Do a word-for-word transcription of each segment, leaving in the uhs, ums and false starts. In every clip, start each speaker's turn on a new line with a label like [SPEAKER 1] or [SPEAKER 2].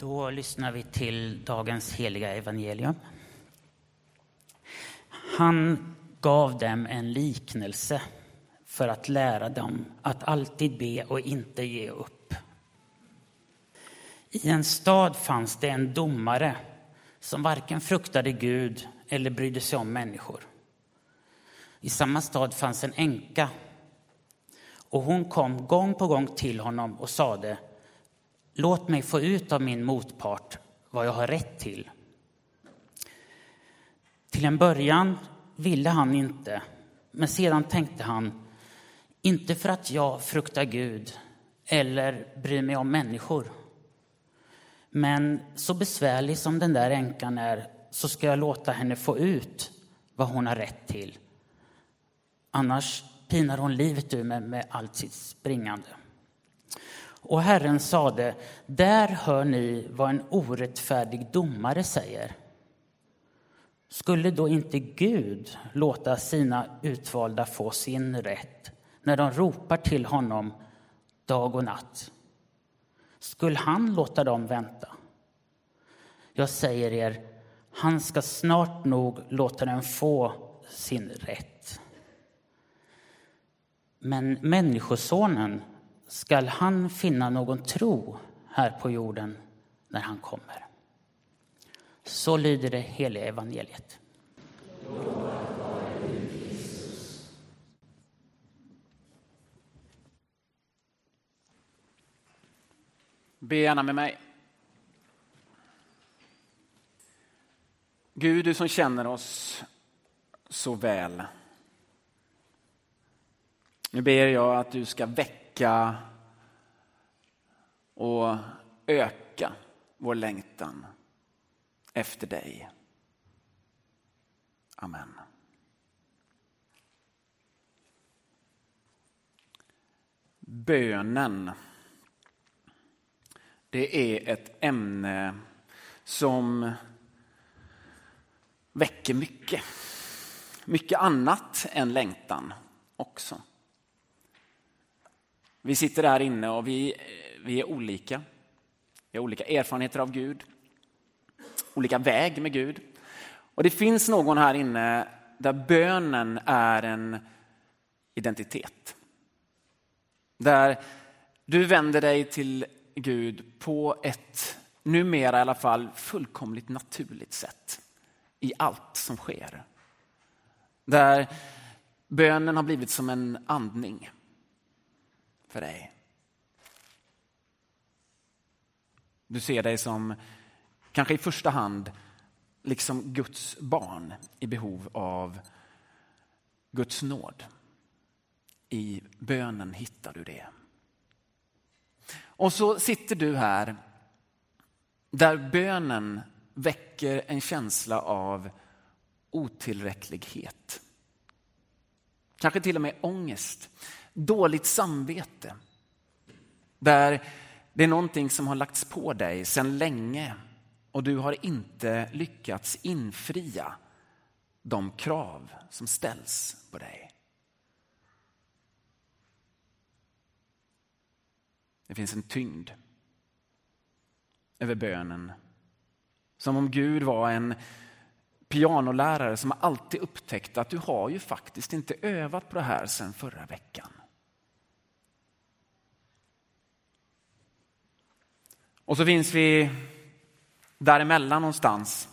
[SPEAKER 1] Då lyssnar vi till dagens heliga evangelium. Han gav dem en liknelse för att lära dem att alltid be och inte ge upp. I en stad fanns det en domare som varken fruktade Gud eller brydde sig om människor. I samma stad fanns en änka, och hon kom gång på gång till honom och sade: låt mig få ut av min motpart vad jag har rätt till. Till en början ville han inte, men sedan tänkte han: inte för att jag fruktar Gud eller bryr mig om människor. Men så besvärlig som den där änkan är, så ska jag låta henne få ut vad hon har rätt till. Annars pinar hon livet ur mig med allt sitt springande. Och Herren sade: där hör ni vad en orättfärdig domare säger. Skulle då inte Gud låta sina utvalda få sin rätt när de ropar till honom dag och natt? Skulle han låta dem vänta? Jag säger er, han ska snart nog låta dem få sin rätt. Men människosonen, skall han finna någon tro här på jorden när han kommer? Så lyder det heliga evangeliet.
[SPEAKER 2] Be gärna med mig. Gud, du som känner oss så väl. Nu ber jag att du ska väcka och öka vår längtan efter dig. Amen. Bönen. Det är ett ämne som väcker mycket. Mycket annat än längtan också. Vi sitter där inne och vi, vi är olika. Vi har olika erfarenheter av Gud. Olika väg med Gud. Och det finns någon här inne där bönen är en identitet. Där du vänder dig till Gud på ett, numera i alla fall, fullkomligt naturligt sätt i allt som sker. Där bönen har blivit som en andning för dig. Du ser dig som kanske i första hand liksom Guds barn i behov av Guds nåd. I bönen hittar du det. Och så sitter du här där bönen väcker en känsla av otillräcklighet. Kanske till och med ångest. Dåligt samvete. Där det är någonting som har lagts på dig sedan länge och du har inte lyckats infria de krav som ställs på dig. Det finns en tyngd över bönen. Som om Gud var en pianolärare som alltid upptäckt att du har ju faktiskt inte övat på det här sedan förra veckan. Och så finns vi däremellan någonstans.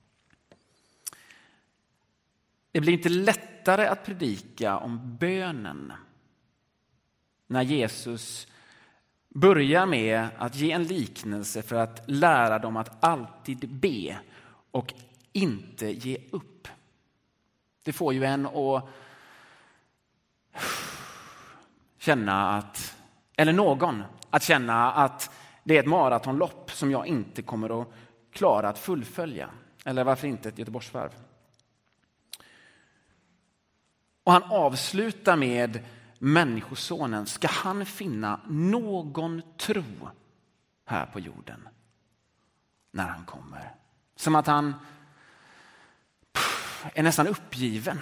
[SPEAKER 2] Det blir inte lättare att predika om bönen när Jesus börjar med att ge en liknelse för att lära dem att alltid be och inte ge upp. Det får ju en att känna att, eller någon att känna att det är ett maratonlopp som jag inte kommer att klara att fullfölja. Eller varför inte ett Göteborgsvarv. Och han avslutar med människosonen. Ska han finna någon tro här på jorden när han kommer? Som att han pff, är nästan uppgiven.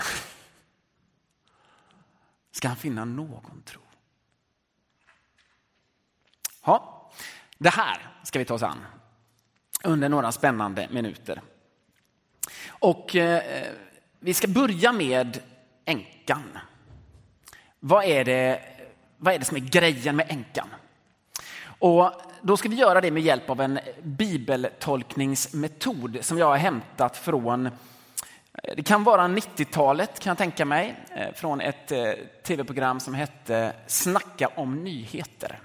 [SPEAKER 2] Ska han finna någon tro? Ja, det här ska vi ta oss an. under några spännande minuter. Och eh, vi ska börja med änkan. Vad är det, vad är det som är grejen med änkan? Och då ska vi göra det med hjälp av en bibeltolkningsmetod som jag har hämtat från, det kan vara nittiotalet kan jag tänka mig, från ett tv-program som hette Snacka om nyheter.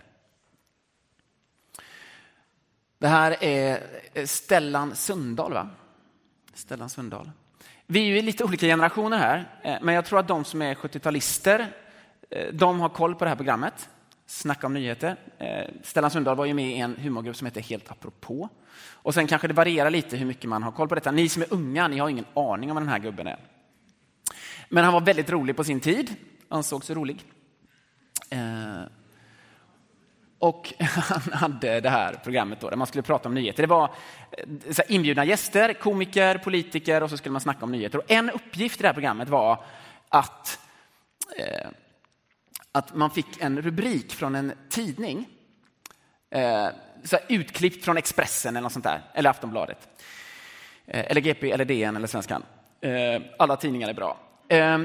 [SPEAKER 2] Det här är Stellan Sundahl, va? Stellan Sundahl. Vi är ju i lite olika generationer här, men jag tror att de som är sjuttio-talister, de har koll på det här programmet. Snacka om nyheter. Stellan Sundahl var ju med i en humorgrupp som heter Helt apropå. Och sen kanske det varierar lite hur mycket man har koll på detta. Ni som är unga, ni har ingen aning om vad den här gubben är. Men han var väldigt rolig på sin tid. Ansågs rolig. Eh, och han hade det här programmet då, där man skulle prata om nyheter. Det var så här, inbjudna gäster, komiker, politiker, och så skulle man snacka om nyheter. Och en uppgift i det här programmet var att... Eh, att man fick en rubrik från en tidning, eh, så här utklippt från Expressen eller något sånt där, eller Aftonbladet, eh, eller G P, eller D N, eller Svenskan. Eh, alla tidningar är bra. Eh,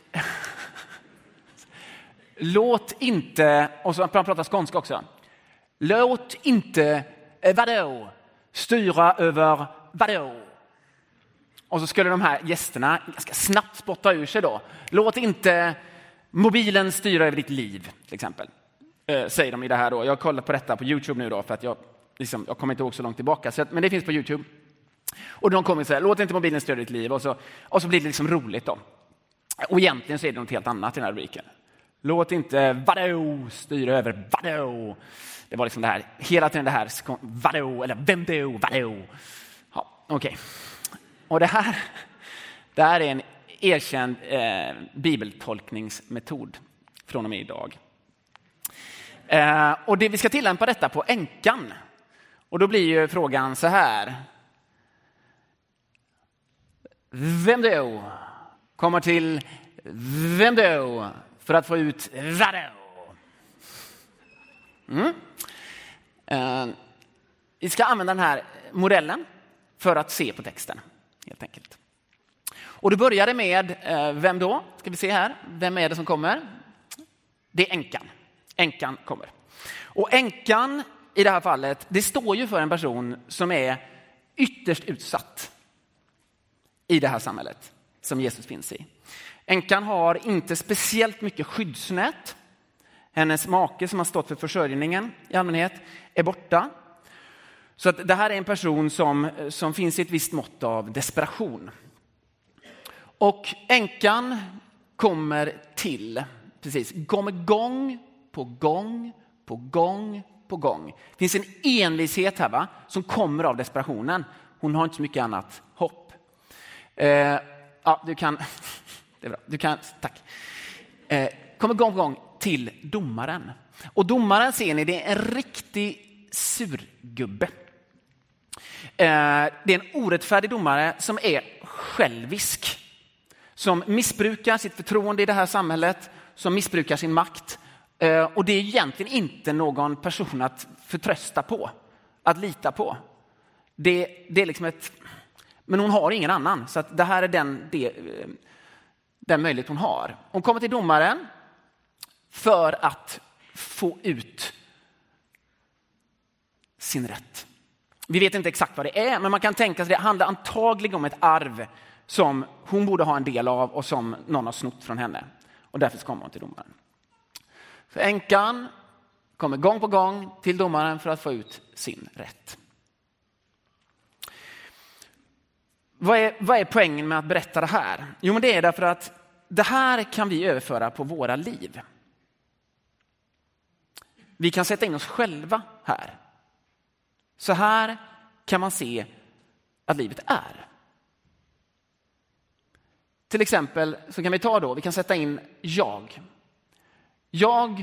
[SPEAKER 2] låt inte, och så han pratar skånska också, låt inte, eh, vadå, styra över vadå. Och så skulle de här gästerna ganska snabbt spotta ur sig då. Låt inte mobilen styra över ditt liv, till exempel. Eh, säger de i det här då. Jag har kollat på detta på YouTube nu då, för att jag, liksom, jag kommer inte ihåg så långt tillbaka. Så att, men det finns på YouTube. Och de kommer säga, låt inte mobilen styra ditt liv. Och så, och så blir det liksom roligt då. Och egentligen så är det något helt annat i den här rubriken. Låt inte vadå styra över vadå. Det var liksom det här, hela tiden det här, vadå, eller vem då, vadå. Ja, okej. Okay. Och det här, det här är en erkänd eh, bibeltolkningsmetod från och med idag. Eh, och det, vi ska tillämpa detta på änkan. Och då blir ju frågan så här. Vem då kommer till vem då för att få ut vadå? Mm. Eh, vi ska använda den här modellen för att se på texten, helt enkelt. Och det började med, eh, vem då? Ska vi se här. Vem är det som kommer? Det är änkan. Änkan kommer. Och änkan i det här fallet, det står ju för en person som är ytterst utsatt i det här samhället som Jesus finns i. Änkan har inte speciellt mycket skyddsnät. Hennes make som har stått för försörjningen i allmänhet är borta. Så att det här är en person som, som finns i ett visst mått av desperation. Och änkan kommer till, precis, kommer gång på gång på gång på gång. Det finns en envishet här, va, som kommer av desperationen. Hon har inte så mycket annat hopp. Eh, ja, du kan, det är bra. Du kan, tack. Eh, kommer gång på gång till domaren. Och domaren, ser ni, det är en riktig surgubbe. Eh, det är en orättfärdig domare som är självisk. Som missbrukar sitt förtroende i det här samhället. Som missbrukar sin makt. Eh, och det är egentligen inte någon person att förtrösta på. Att lita på. Det, det är liksom ett... Men hon har ingen annan. Så att det här är den, det, den möjlighet hon har. Hon kommer till domaren för att få ut sin rätt. Vi vet inte exakt vad det är, men man kan tänka sig att det handlar antagligen om ett arv som hon borde ha en del av och som någon har snott från henne. Och därför kommer hon till domaren. För änkan kommer gång på gång till domaren för att få ut sin rätt. Vad är, vad är poängen med att berätta det här? Jo, men det är därför att det här kan vi överföra på våra liv. Vi kan sätta in oss själva här. Så här kan man se att livet är. Till exempel så kan vi ta då, vi kan sätta in jag. Jag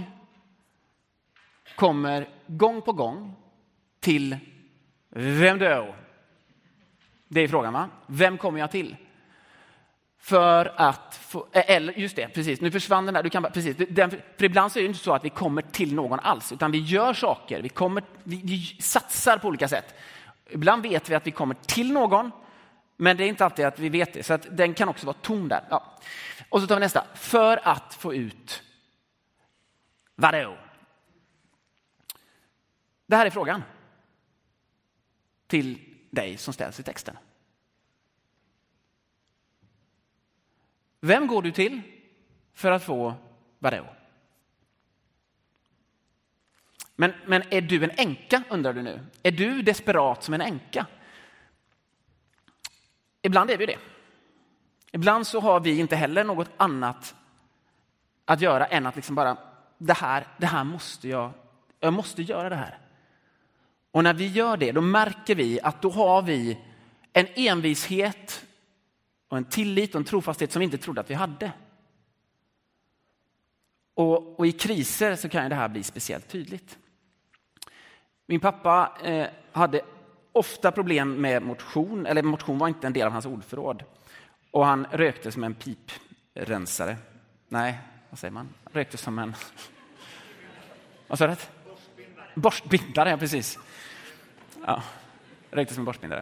[SPEAKER 2] kommer gång på gång till vem då? Det är frågan, va? Vem kommer jag till? För att få, eller just det, precis. Nu försvann den där. Du kan bara, precis. Den, för ibland så är det inte så att vi kommer till någon alls, utan vi gör saker. Vi kommer, vi, vi satsar på olika sätt. Ibland vet vi att vi kommer till någon, men det är inte alltid att vi vet det. Så att den kan också vara tom där. Ja. Och så tar vi nästa. För att få ut vadå? Det här är frågan till dig som ställs i texten. Vem går du till för att få vadå? Men, men är du en änka, undrar du nu? Är du desperat som en änka? Ibland är vi det. Ibland så har vi inte heller något annat att göra än att liksom bara, det här, det här måste jag, jag måste göra det här. Och när vi gör det, då märker vi att då har vi en envishet och en tillit och en trofasthet som vi inte trodde att vi hade. Och, och i kriser så kan det här bli speciellt tydligt. Min pappa eh, hade ofta problem med motion, eller motion var inte en del av hans ordförråd. Och han rökte som en piprensare. Nej, vad säger man? Rökte som en... Vad sa du? Borstbindare. Borstbindare, ja precis. Ja, rökte som en borstbindare.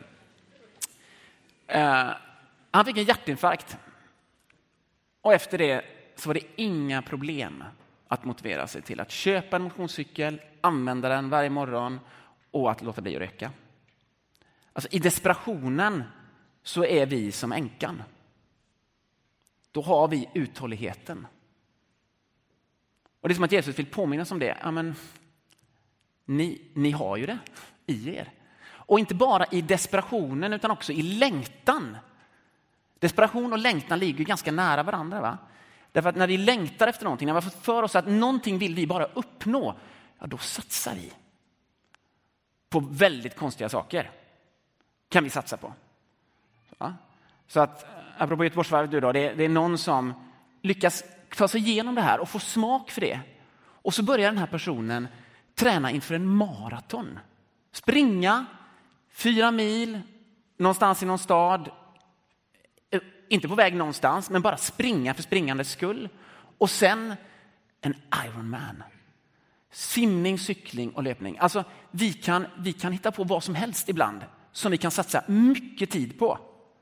[SPEAKER 2] Eh, han fick en hjärtinfarkt. Och efter det så var det inga problem att motivera sig till att köpa en motionscykel, använda den varje morgon och att låta bli att röka. Alltså i desperationen så är vi som änkan. Då har vi uthålligheten. Och det är som att Jesus vill påminna oss om det. Ja, men, ni, ni har ju det i er. Och inte bara i desperationen utan också i längtan. Desperation och längtan ligger ganska nära varandra, va? Därför att när vi längtar efter någonting, när vi har fått för oss att någonting vill vi bara uppnå, ja då satsar vi på väldigt konstiga saker. Kan vi satsa på. Ja. Så att, apropå Göteborgsvarvet då, det är, det är någon som lyckas ta sig igenom det här och få smak för det. Och så börjar den här personen träna inför en maraton. Springa fyra mil någonstans i någon stad. Inte på väg någonstans, men bara springa för springandets skull. Och sen en Ironman. Simning, cykling och löpning. Alltså vi kan, vi kan hitta på vad som helst ibland som vi kan satsa mycket tid på.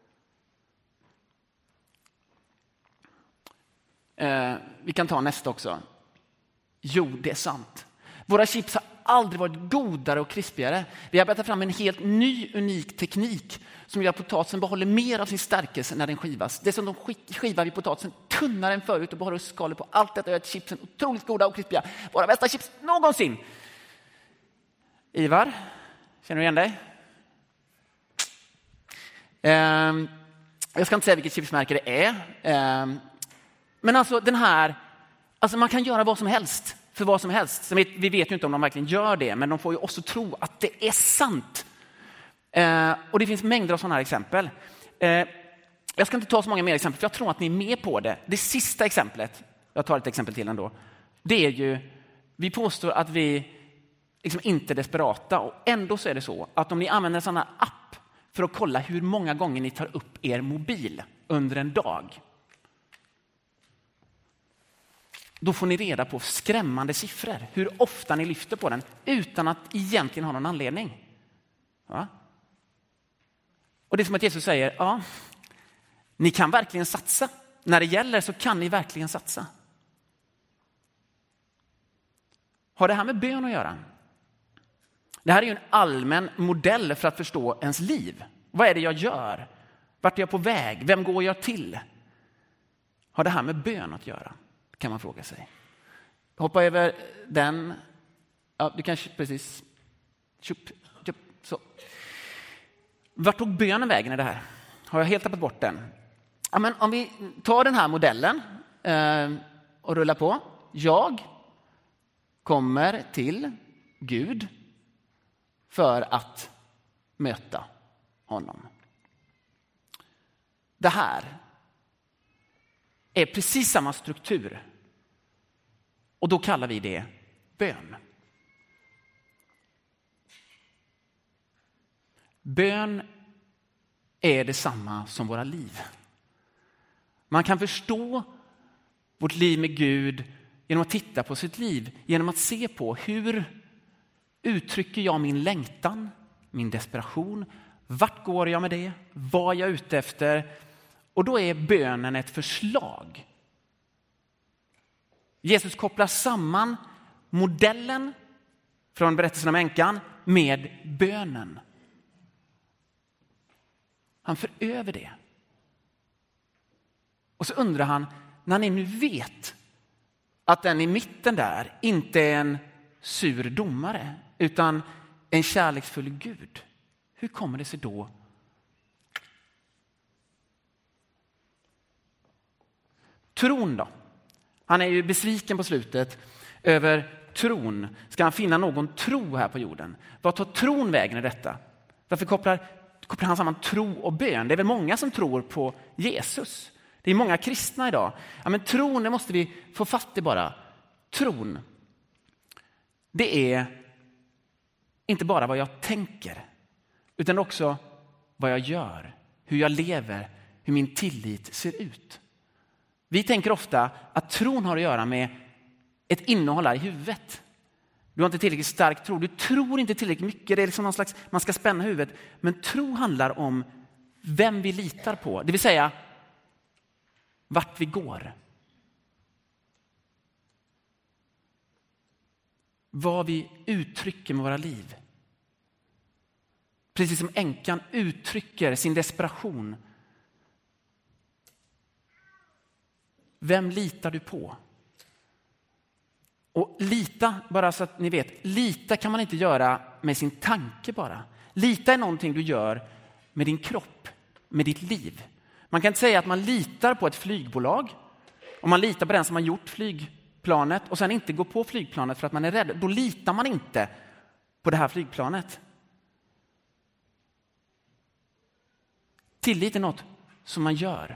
[SPEAKER 2] Eh, vi kan ta nästa också. Jo, det är sant. Våra chips har aldrig varit godare och krispigare. Vi har arbetat fram en helt ny, unik teknik som gör att potatisen behåller mer av sin stärkelse när den skivas. Dessutom skivar vi potatisen tunnare än förut och behåller skalet på allt detta gör att chipsen otroligt goda och krispiga. Våra bästa chips någonsin. Ivar, känner du igen dig? Eh, jag ska inte säga vilket chipsmärke det är. Eh, men alltså den här, alltså man kan göra vad som helst. För vad som helst. Vi vet ju inte om de verkligen gör det, men de får ju också tro att det är sant. Eh, och det finns mängder av sådana här exempel. Eh, jag ska inte ta så många mer exempel, för jag tror att ni är med på det. Det sista exemplet, jag tar ett exempel till ändå. Det är ju, vi påstår att vi liksom inte är desperata. Och ändå så är det så att om ni använder en sån här app för att kolla hur många gånger ni tar upp er mobil under en dag, då får ni reda på skrämmande siffror. Hur ofta ni lyfter på den utan att egentligen ha någon anledning. Ja. Och det är som att Jesus säger, ja, ni kan verkligen satsa. När det gäller så kan ni verkligen satsa. Har det här med bön att göra? Det här är ju en allmän modell för att förstå ens liv. Vad är det jag gör? Vart är jag på väg? Vem går jag till? Har det här med bön att göra? Kan man fråga sig. Hoppa över den. Ja, du kanske precis. Tjup, tjup, så. Vart tog bönen vägen i det här? Har jag helt tappat bort den? Ja, men om vi tar den här modellen eh, och rullar på. Jag kommer till Gud för att möta honom. Det här är precis samma struktur. Och då kallar vi det bön. Bön är detsamma som våra liv. Man kan förstå vårt liv med Gud genom att titta på sitt liv. Genom att se på hur uttrycker jag min längtan min desperation. Vart går jag med det? Vad är jag ute efter? Och då är bönen ett förslag. Jesus kopplar samman modellen från berättelsen om änkan med bönen. Han för över det. Och så undrar han, när ni nu vet att den i mitten där inte är en sur domare utan en kärleksfull Gud, hur kommer det sig då? Tron då? Han är ju besviken på slutet över tron. Ska han finna någon tro här på jorden? Vad tar tron vägen i detta? Varför kopplar, kopplar han samman tro och bön? Det är väl många som tror på Jesus. Det är många kristna idag. Ja, men tron, det måste vi få fatt i bara. Tron, det är inte bara vad jag tänker, utan också vad jag gör, hur jag lever, hur min tillit ser ut. Vi tänker ofta att tron har att göra med ett innehåll här i huvudet. Du har inte tillräckligt stark tro, du tror inte tillräckligt mycket. Det är liksom någon slags, man ska spänna huvudet. Men tro handlar om vem vi litar på, det vill säga vart vi går. Vad vi uttrycker med våra liv. Precis som änkan uttrycker sin desperation. Vem litar du på? Och lita, bara så att ni vet, lita kan man inte göra med sin tanke bara. Lita är någonting du gör med din kropp, med ditt liv. Man kan inte säga att man litar på ett flygbolag. Om man litar på den som har gjort flygplanet och sen inte går på flygplanet för att man är rädd, då litar man inte på det här flygplanet. Tillit är något som man gör.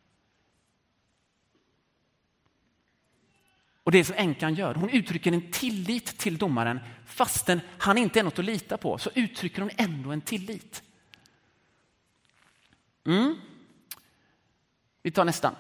[SPEAKER 2] Och det som änkan gör, hon uttrycker en tillit till domaren fastän han inte är något att lita på, så uttrycker hon ändå en tillit. Mm. Vi tar nästan.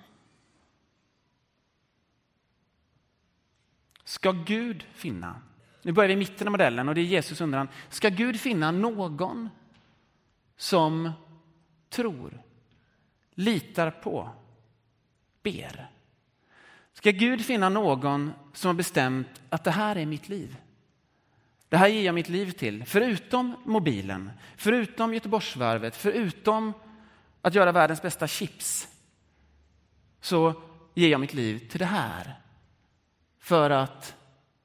[SPEAKER 2] Ska Gud finna, nu börjar vi i mitten av modellen och det är Jesus undrar han, ska Gud finna någon som tror, litar på, ber? Ska Gud finna någon som har bestämt att det här är mitt liv? Det här ger jag mitt liv till. Förutom mobilen, förutom Göteborgsvarvet, förutom att göra världens bästa chips, så ger jag mitt liv till det här. För att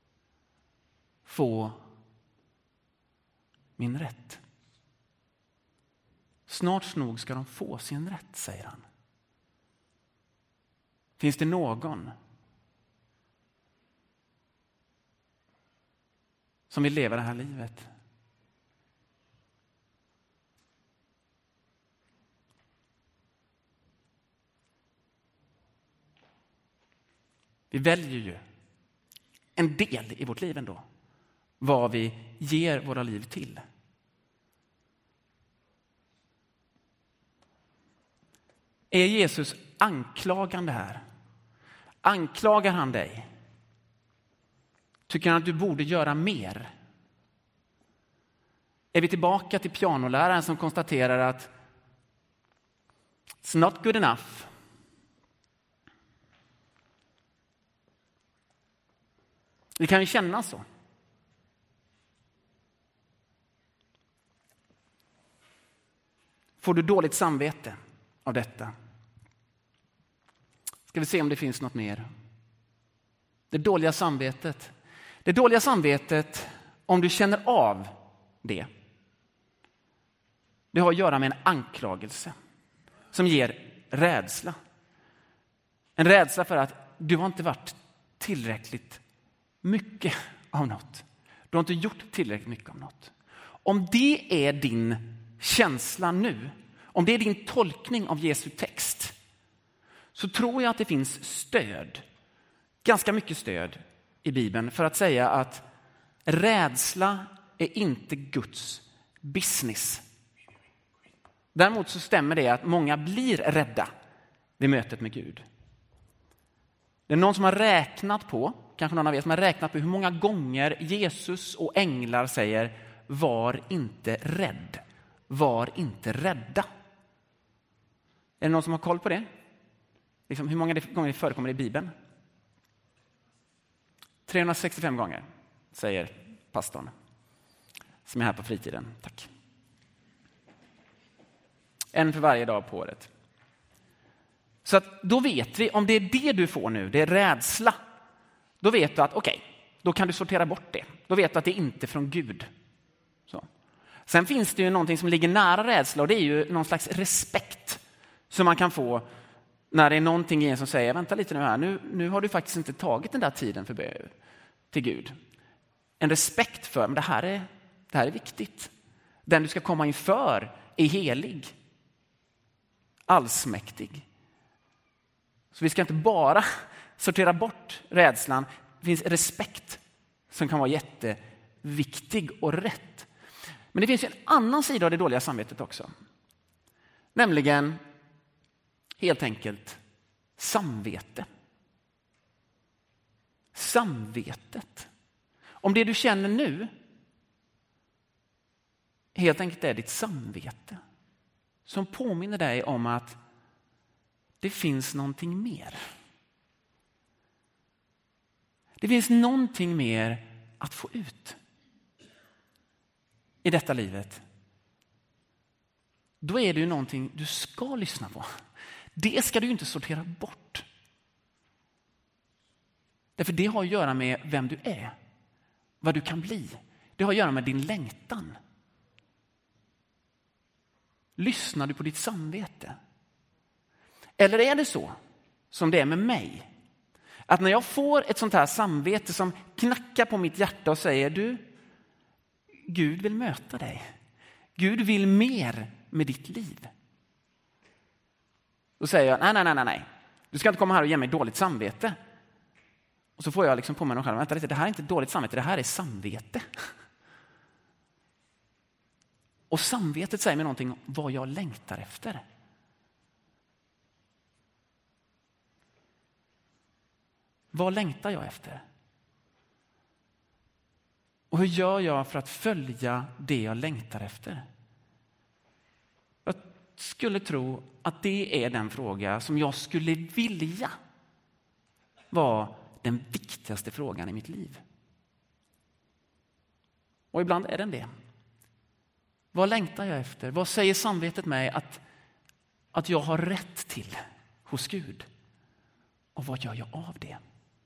[SPEAKER 2] få min rätt. Snart nog ska de få sin rätt, säger han. Finns det någon som vill leva det här livet? Vi väljer ju en del i vårt liv ändå. Vad vi ger våra liv till. Är Jesus anklagande här? Anklagar han dig? Tycker han att du borde göra mer? Är vi tillbaka till pianoläraren som konstaterar att it's not good enough? Det kan ju kännas så. Får du dåligt samvete av detta? Ska vi se om det finns något mer. Det dåliga samvetet. Det dåliga samvetet, om du känner av det, det har att göra med en anklagelse som ger rädsla. En rädsla för att du har inte varit tillräckligt mycket av något. Du har inte gjort tillräckligt mycket av något. Om det är din känsla nu, om det är din tolkning av Jesu text, så tror jag att det finns stöd, ganska mycket stöd i Bibeln för att säga att rädsla är inte Guds business. Däremot så stämmer det att många blir rädda vid mötet med Gud. Det är någon som har räknat på, kanske någon av er som har räknat på hur många gånger Jesus och änglar säger var inte rädd. Var inte rädda. Är det någon som har koll på det? Liksom, hur många gånger det förekommer i Bibeln? trehundrasextiofem gånger, säger pastorn som är här på fritiden. Tack. En för varje dag på året. Så att då vet vi, om det är det du får nu, det är rädsla, då vet du att okej, okay, då kan du sortera bort det. Då vet du att det inte är från Gud. Så. Sen finns det ju någonting som ligger nära rädsla, och det är ju någon slags respekt som man kan få när det är någonting i en som säger, vänta lite nu här, nu, nu har du faktiskt inte tagit den där tiden för, till Gud. En respekt för, men det här är, det här är viktigt. Den du ska komma inför är helig. Allsmäktig. Så vi ska inte bara sortera bort rädslan. Det finns respekt som kan vara jätteviktig och rätt. Men det finns en annan sida av det dåliga samvetet också. Nämligen helt enkelt samvete. Samvetet. Om det du känner nu helt enkelt är ditt samvete som påminner dig om att det finns någonting mer. Det finns någonting mer att få ut i detta livet. Då är det ju någonting du ska lyssna på. Det ska du ju inte sortera bort. Därför det har att göra med vem du är. Vad du kan bli. Det har att göra med din längtan. Lyssnar du på ditt samvete? Eller är det så som det är med mig? Att när jag får ett sånt här samvete som knackar på mitt hjärta och säger, du, Gud vill möta dig. Gud vill mer med ditt liv. Då säger jag, nej, nej, nej, nej. Du ska inte komma här och ge mig dåligt samvete. Och så får jag liksom på mig själv, vänta lite, det här är inte dåligt samvete, det här är samvete. Och samvetet säger mig någonting om vad jag längtar efter. Vad längtar jag efter? Och hur gör jag för att följa det jag längtar efter? Jag skulle tro att det är den fråga som jag skulle vilja vara den viktigaste frågan i mitt liv. Och ibland är den det. Vad längtar jag efter? Vad säger samvetet mig att, att jag har rätt till hos Gud? Och vad gör jag av det?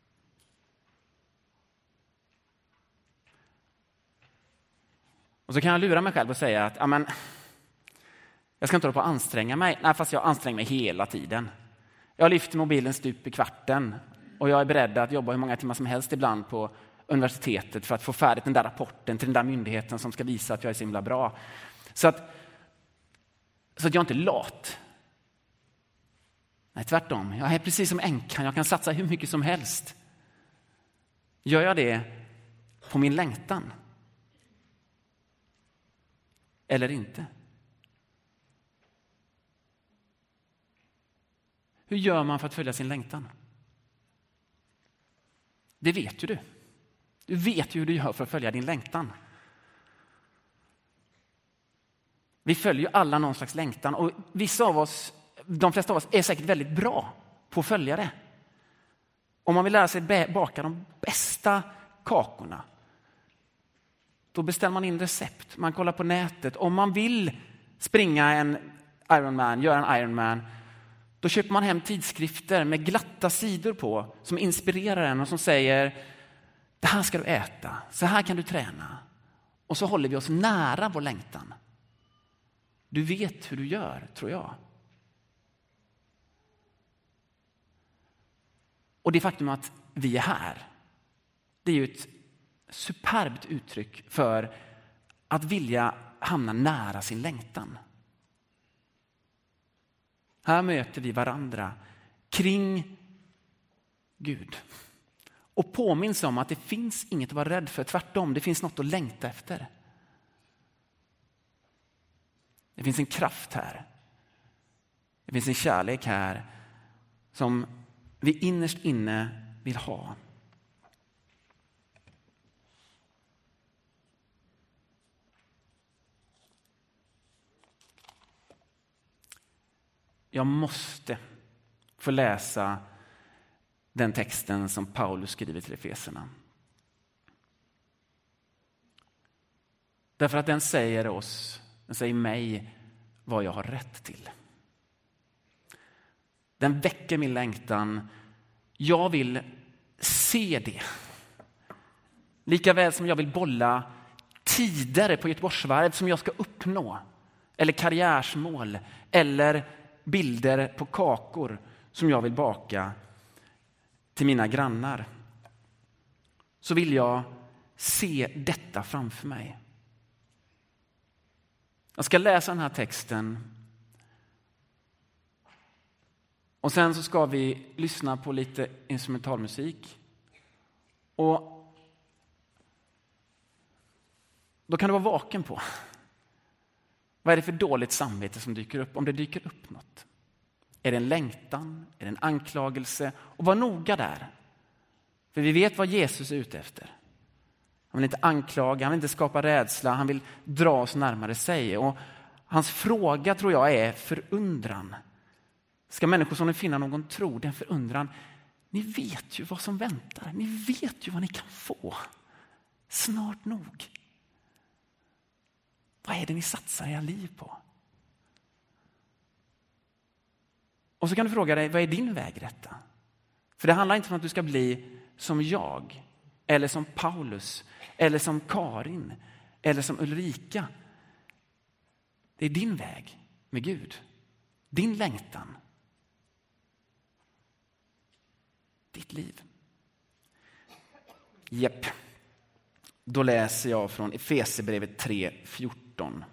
[SPEAKER 2] Och så kan jag lura mig själv och säga att amen, jag ska inte hålla på att anstränga mig. Nej, fast jag anstränger mig hela tiden. Jag lyfter mobilen stup i kvarten. Och jag är beredd att jobba hur många timmar som helst ibland på universitetet för att få färdigt den där rapporten till den där myndigheten som ska visa att jag är så himla bra. Så att, så att jag inte är lat. Nej, tvärtom. Jag är precis som änkan. Jag kan satsa hur mycket som helst. Gör jag det på min längtan? Eller inte? Hur gör man för att följa sin längtan? Det vet ju du. Du vet ju hur du gör för att följa din längtan. Vi följer ju alla någon slags längtan. Och vissa av oss, de flesta av oss, är säkert väldigt bra på att följa det. Om man vill lära sig baka de bästa kakorna, då beställer man in recept. Man kollar på nätet. Om man vill springa en Ironman, göra en Ironman, då köper man hem tidskrifter med glatta sidor på som inspirerar en och som säger, det här ska du äta, så här kan du träna. Och så håller vi oss nära vår längtan. Du vet hur du gör, tror jag. Och det faktum att vi är här, det är ju ett superbt uttryck för att vilja hamna nära sin längtan. Här möter vi varandra kring Gud. Och påminns om att det finns inget att vara rädd för. Tvärtom, det finns något att längta efter. Det finns en kraft här. Det finns en kärlek här som vi innerst inne vill ha. jag måste få läsa den texten som Paulus skriver till Efeserna. Därför att den säger oss, den säger mig vad jag har rätt till. Den väcker min längtan. Jag vill se det. Lika väl som jag vill bolla tider på Göteborgsvarv som jag ska uppnå. Eller karriärsmål. Eller bilder på kakor som jag vill baka till mina grannar. Så vill jag se detta framför mig. Jag ska läsa den här texten. Och sen så ska vi lyssna på lite instrumentalmusik. Och då kan du vara vaken på. Vad är det för dåligt samvete som dyker upp? Om det dyker upp något. Är det en längtan? Är det en anklagelse? Och var noga där. För vi vet vad Jesus är ute efter. Han vill inte anklaga, han vill inte skapa rädsla. Han vill dra oss närmare sig. Och hans fråga tror jag är förundran. Ska människor som ni finna någon tro, den förundran. Ni vet ju vad som väntar. Ni vet ju vad ni kan få. Snart nog. Vad är det ni satsar era liv på? Och så kan du fråga dig, vad är din väg rätta? För det handlar inte om att du ska bli som jag. Eller som Paulus. Eller som Karin. Eller som Ulrika. Det är din väg med Gud. Din längtan. Ditt liv. Jepp. Då läser jag från Efesierbrevet tre fjorton.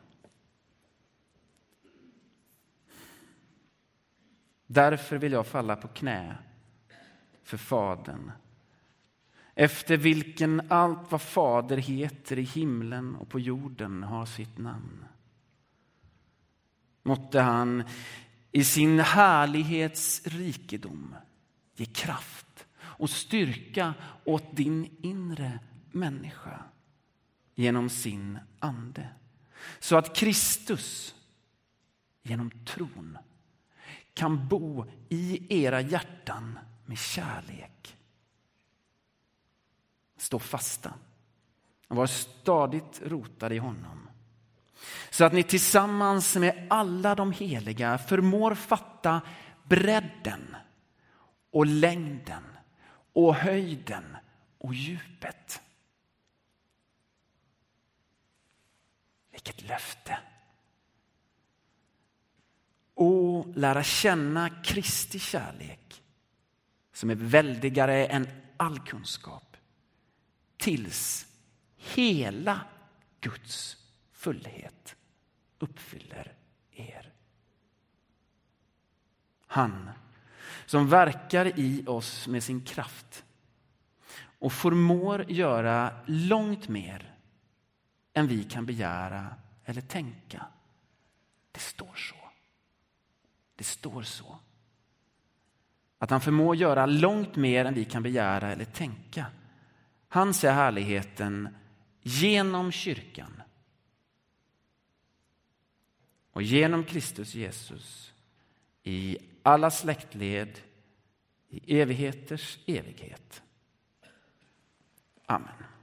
[SPEAKER 2] Därför vill jag falla på knä för Fadern, efter vilken allt vad Fader heter i himlen och på jorden har sitt namn. Måtte han i sin härlighets rikedom ge kraft och styrka åt din inre människa genom sin ande. Så att Kristus genom tron kan bo i era hjärtan med kärlek. Stå fasta och var stadigt rotade i honom. Så att ni tillsammans med alla de heliga förmår fatta bredden och längden och höjden och djupet. Vilket löfte. Och lära känna Kristi kärlek som är väldigare än all kunskap. Tills hela Guds fullhet uppfyller er. Han som verkar i oss med sin kraft och förmår göra långt mer än vi kan begära eller tänka. Det står så. Det står så. Att han förmår göra långt mer än vi kan begära eller tänka. Hans är härligheten genom kyrkan. Och genom Kristus Jesus i alla släktled i evigheters evighet. Amen.